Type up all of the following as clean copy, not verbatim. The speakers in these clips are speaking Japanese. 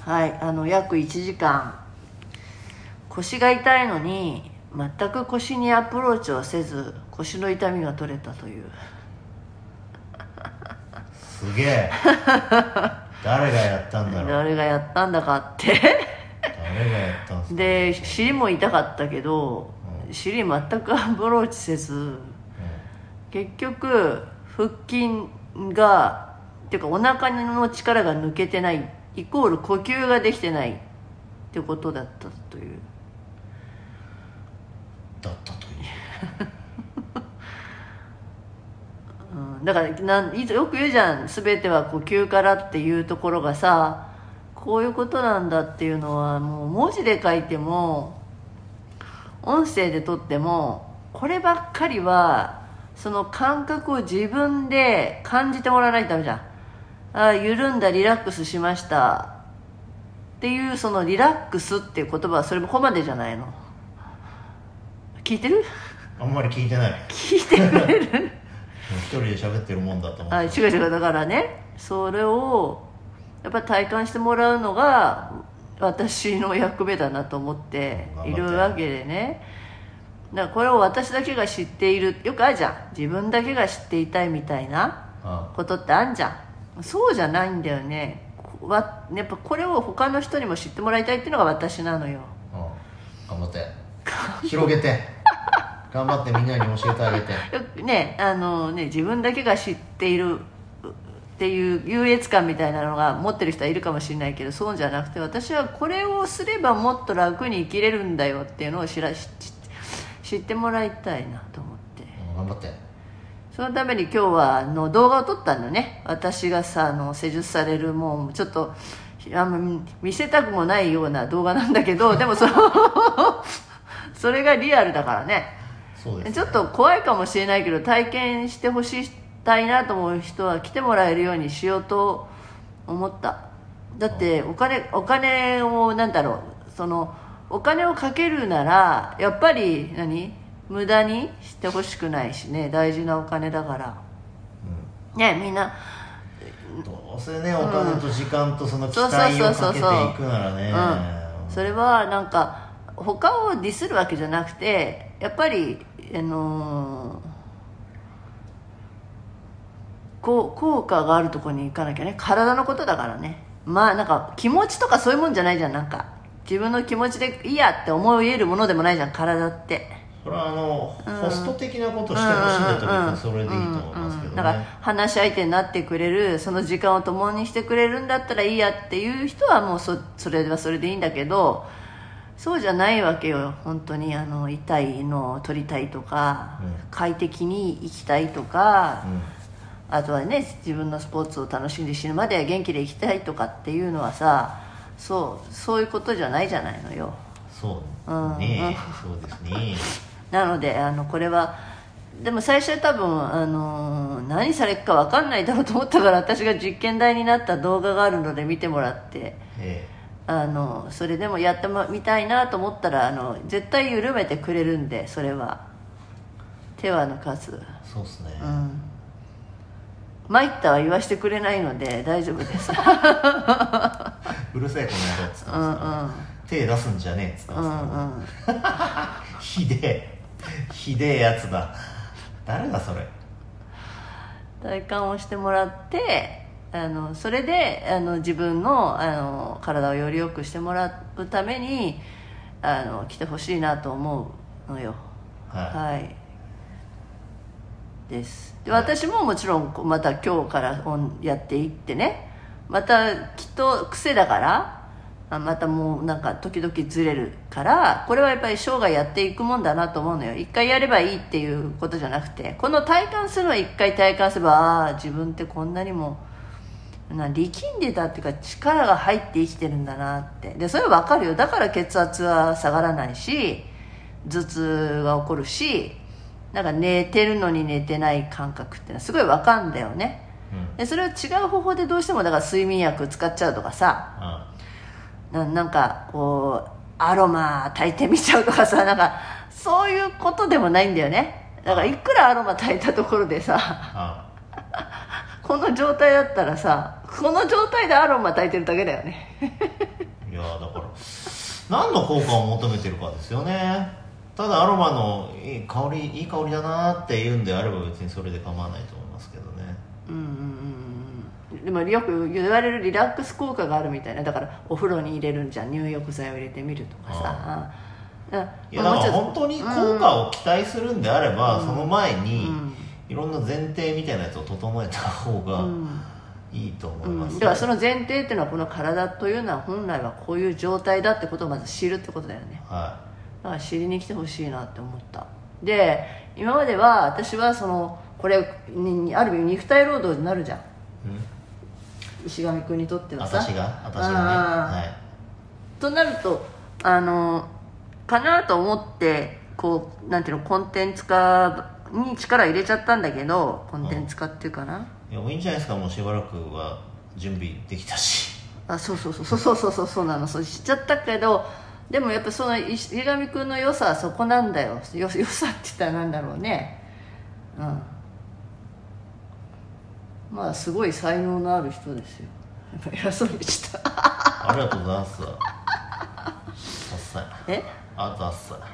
はい、約1時間腰が痛いのに全く腰にアプローチをせず腰の痛みが取れたという。 すげえ。誰がやったんだろう。 誰がやったんだかって誰がやったんですか。 で尻も痛かったけど、尻全くアプローチせず、結局腹筋がっていうかお腹の力が抜けてないイコール呼吸ができてないってことだったという。 だったというだからよく言うじゃん、全ては呼吸からっていうところがさ、こういうことなんだっていうのはもう文字で書いても音声で撮ってもこればっかりはその感覚を自分で感じてもらわないとダメじゃん。あ、緩んだ、リラックスしましたっていう、そのリラックスっていう言葉はそれもここまでじゃないの。聞いてる？ あんまり聞いてない。 聞いてくれる？ 一人で喋ってるもんだと思って。 あ、違う違う、だからね、それをやっぱり体感してもらうのが私の役目だなと思っているわけでね。だからこれを私だけが知っている、よくあるじゃん、自分だけが知っていたいみたいなことってあんじゃん。そうじゃないんだよね。やっぱこれを他の人にも知ってもらいたいっていうのが私なのよ。 頑張って広げて頑張ってみんなに教えてあげてよくね、自分だけが知っているっていう優越感みたいなのが持ってる人はいるかもしれないけど、そうじゃなくて、私はこれをすればもっと楽に生きれるんだよっていうのを知ってもらいたいなと思って、 頑張って。 そのために今日は動画を撮ったんだよね。私がさ施術される、もうちょっと見せたくもないような動画なんだけど、でもそれがリアルだからね。 そうですね。 ちょっと怖いかもしれないけど体験してほしいたいなと思う人は来てもらえるようにしようと思った。だってお金をお金をかけるならやっぱり無駄にしてほしくないしね、大事なお金だから、ね、みんなどうせね、お金と時間とその期待をかけていくならね、 それはなんか他をディスるわけじゃなくて、やっぱり効果があるところに行かなきゃね。体のことだからね。まあなんか気持ちとかそういうもんじゃないじゃん。なんか自分の気持ちでいいやって思えるものでもないじゃん、体って。 それはホスト的なことしてほしいんだったらそれでいいと思いますけどね。 だから話し相手になってくれる、その時間を共にしてくれるんだったらいいやっていう人はもうそれはそれでいいんだけど、そうじゃないわけよ。本当に痛いのを取りたいとか、快適に生きたいとか、あとはね、自分のスポーツを楽しんで死ぬまで元気で生きたいとかっていうのはさ、そういうことじゃないじゃないのよ。 そうね、そうですね。 なのでこれはでも最初は多分何されるか分かんないだろうと思ったから、私が実験台になった動画があるので見てもらって、それでもやってみたいなと思ったら絶対緩めてくれるんで、それは手は抜かず。 そうですね。 参ったは言わしてくれないので大丈夫です。 うるせえこの野郎っつってますから、手出すんじゃねえっつってますから、ひでえやつだ。誰だそれ。 体感をしてもらってそれで自分の体をより良くしてもらうために来てほしいなと思うのよ。はいです。で、私ももちろんまた今日からやっていってね、またきっと癖だからまたもうなんか時々ずれるから、これはやっぱり生涯やっていくもんだなと思うのよ。一回やればいいっていうことじゃなくて、この体感するのは一回体感すれば、自分ってこんなにも力んでたっていうか力が入って生きてるんだなって。でそれは分かるよ。だから血圧は下がらないし、頭痛が起こるし、なんか寝てるのに寝てない感覚ってのはすごい分かるんだよね。でそれは違う方法でどうしてもだから睡眠薬使っちゃうとかさ、なんかこうアロマ炊いてみちゃうとかさ、なんかそういうことでもないんだよね。だからいくらアロマ炊いたところでさ、この状態だったらさ、この状態でアロマ炊いてるだけだよね。 はだから何の効果を求めてるかですよね。ただアロマのいい香りだなっていうんであれば別にそれで構わないと思いますけどね。 でもよく言われるリラックス効果があるみたいな。だからお風呂に入れるんじゃん、入浴剤を入れてみるとかさ。 いやだから本当に効果を期待するんであれば、その前にいろんな前提みたいなやつを整えた方がいいと思います、 だからその前提っていうのは、この体というのは本来はこういう状態だってことをまず知るってことだよね。だから知りに来てほしいなって思った。で今までは私はこれにある意味肉体労働になるじゃん、石上君にとってはさ。 私がね、 となるとかなと思ってこうなんていうの、コンテンツ化に力入れちゃったんだけど、コンテンツ化っていうかな、 いやもういいんじゃないですか。もうしばらくは準備できたし。 そうなの。そうしちゃったけど、でもやっぱその石上君の良さはそこなんだよ。良さって言ったらなんだろうね、まあすごい才能のある人ですよ。やっぱ偉そうにしたありがとうございます。あっさ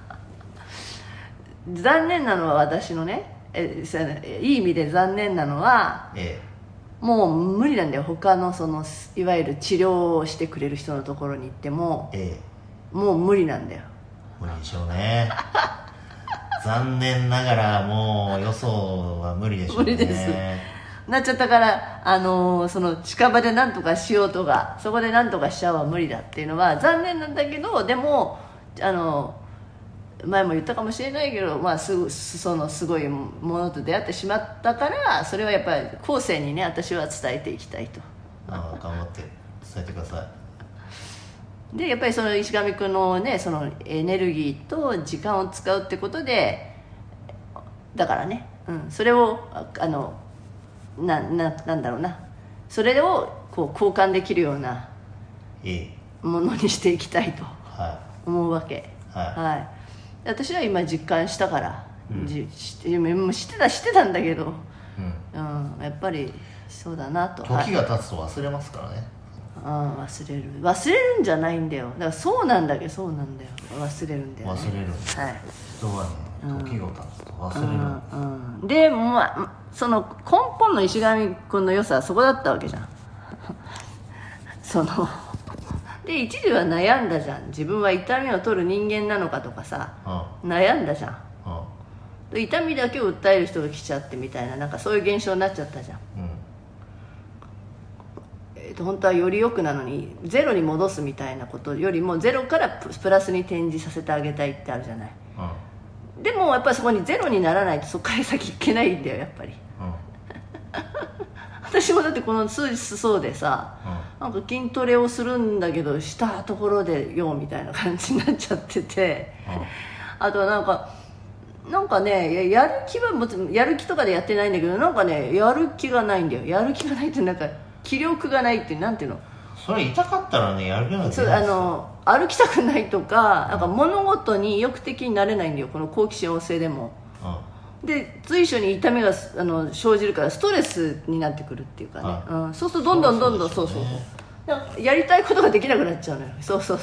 残念なのは私のね、いい意味で残念なのは、もう無理なんだよ。他のいわゆる治療をしてくれる人のところに行っても、もう無理なんだよ。 無理でしょうね残念ながらもう予想は無理でしょうね。無理ですなっちゃったから、その近場で何とかしようとか、そこで何とかしちゃうは無理だっていうのは残念なんだけど、でも前も言ったかもしれないけど、そのすごいものと出会ってしまったから、それはやっぱり後世にね、私は伝えていきたいと。 頑張って伝えてください。でやっぱりその石上君のね、そのエネルギーと時間を使うってことで、だからね、それをなんだろうな、それをこう交換できるようなものにしていきたいと思うわけ。私は今実感したから、知ってたんだけど、やっぱりそうだなと。 時が経つと忘れますからね。 忘れるんじゃないんだよ。だからそうなんだよ、忘れるんだよね。 人はね、時が経つと忘れる。 でその根本の石上君の良さはそこだったわけじゃんで一時は悩んだじゃん。自分は痛みを取る人間なのかとかさ、悩んだじゃん。痛みだけを訴える人が来ちゃってみたいな、なんかそういう現象になっちゃったじゃん。本当はより良くなのにゼロに戻すみたいなことよりも、ゼロからプラスに転じさせてあげたいってあるじゃない。でもやっぱりそこにゼロにならないとそこから先いけないんだよ、やっぱり。私もだってこの数日そうでさ、なんか筋トレをするんだけどしたところでよみたいな感じになっちゃってて、あとはなんかね、やる気とかでやってないんだけど、なんかね、やる気がないんだよ。やる気がないって、なんか気力がないって、なんていうの、 それ痛かったらね、やる気がないですよ。 歩きたくないとか、なんか物事に意欲的になれないんだよ、この好奇心旺盛でも。で随所に痛みが生じるからストレスになってくるっていうかね、そうするとどんどんやりたいことができなくなっちゃうのよ。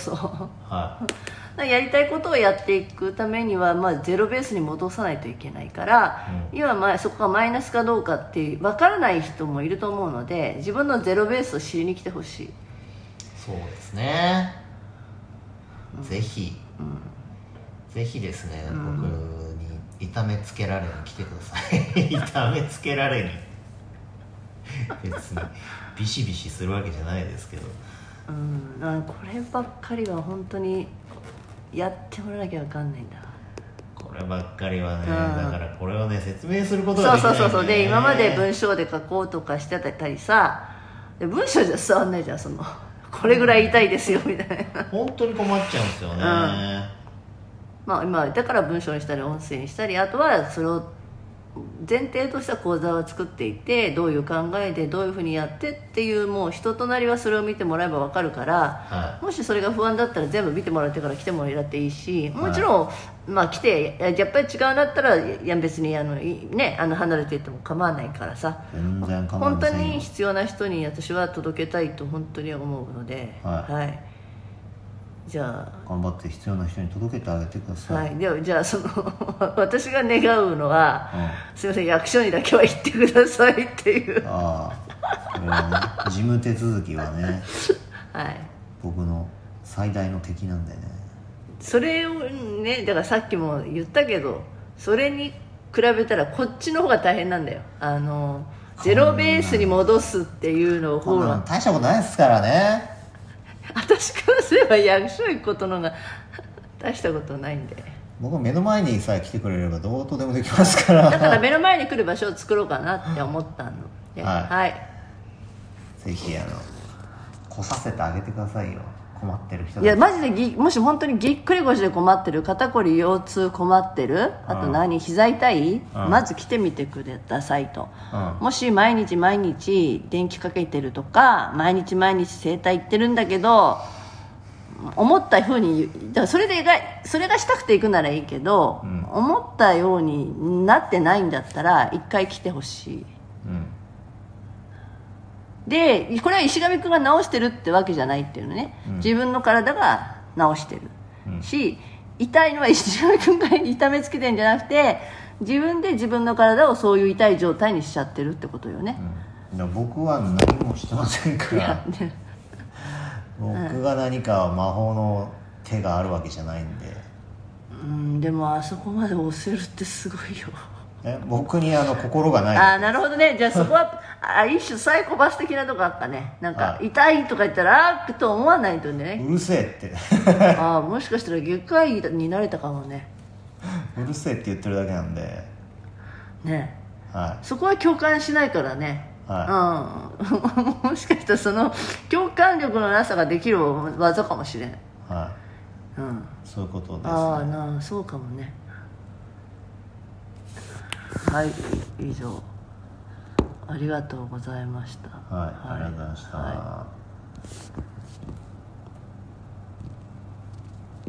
やりたいことをやっていくためには、ゼロベースに戻さないといけないから、今そこがマイナスかどうかって分からない人もいると思うので、自分のゼロベースを知りに来てほしい。 そうですね、ぜひですね、僕に痛めつけられに来てください痛めつけられに別にビシビシするわけじゃないですけど、 こればっかりは本当にやってもらわなきゃ分かんないんだ。 こればっかりはね、だからこれをね説明することができないんだよね。 で今まで文章で書こうとかしてたりさ、で文章じゃ伝わんないじゃん、これぐらい痛いですよみたいな本当に困っちゃうんですよね。 今だから文章にしたり音声にしたり、あとはそれを前提とした講座を作っていて、どういう考えでどういうふうにやってっていう、もう人となりはそれを見てもらえば分かるから、もしそれが不安だったら全部見てもらってから来てもらっていいし、もちろん、来てやっぱり違うなったら別に離れていっても構わないからさ、 全然構わ本当ないですよ。 に必要な人に私は届けたいと本当に思うので、 じゃ頑張って必要な人に届けてあげてくだあ、 さ。 はいい、ではじゃあ私が願うのは、すいません役所にだけは行ってくださいっていうああ、それはね事務手続きはねはい、 僕の最大の敵なんでね。 それをね、だからさっきも言ったけど、それに比べたらこっちの方が大変なんだよ。ゼロベースに戻すっていうのをこんなの大したことないですからね。 私からすれば役所行くことのが大したことないんで、 僕は目の前にさえ来てくれればどうとでもできますから。 だから目の前に来る場所を作ろうかなって思ったので、 はいはい、 ぜひ来させてあげてくださいよ、困ってる人いやマジでもし本当にぎっくり腰で困ってる、肩こり腰痛困ってる、あと膝痛い、まず来てみてくださいと、もし毎日毎日電気かけてるとか毎日毎日整体行ってるんだけど思ったふうに、だからそれがしたくて行くならいいけど、思ったようになってないんだったら一回来てほしい、でこれは石上君が治してるってわけじゃないっていうのね、自分の体が治してる、し痛いのは石上君が痛めつけてるんじゃなくて自分で自分の体をそういう痛い状態にしちゃってるってことよね、 僕は何もしてませんから僕が何か魔法の手があるわけじゃないんで。 でもあそこまで押せるってすごいよ。 僕に心がない。 なるほどね。じゃあそこは一種サイコパス的なとこあったね。なんか痛いとか言ったらと思わないとね。 うるせえってもしかしたら外科医になれたかもね。 うるせえって言ってるだけなんでね、 はい、 そこは共感しないからね、もしかしたらその共感力のなさができる技かもしれん、そういうことですね。そうかもね。はい、以上ありがとうございました。 はい、ありがとうございました。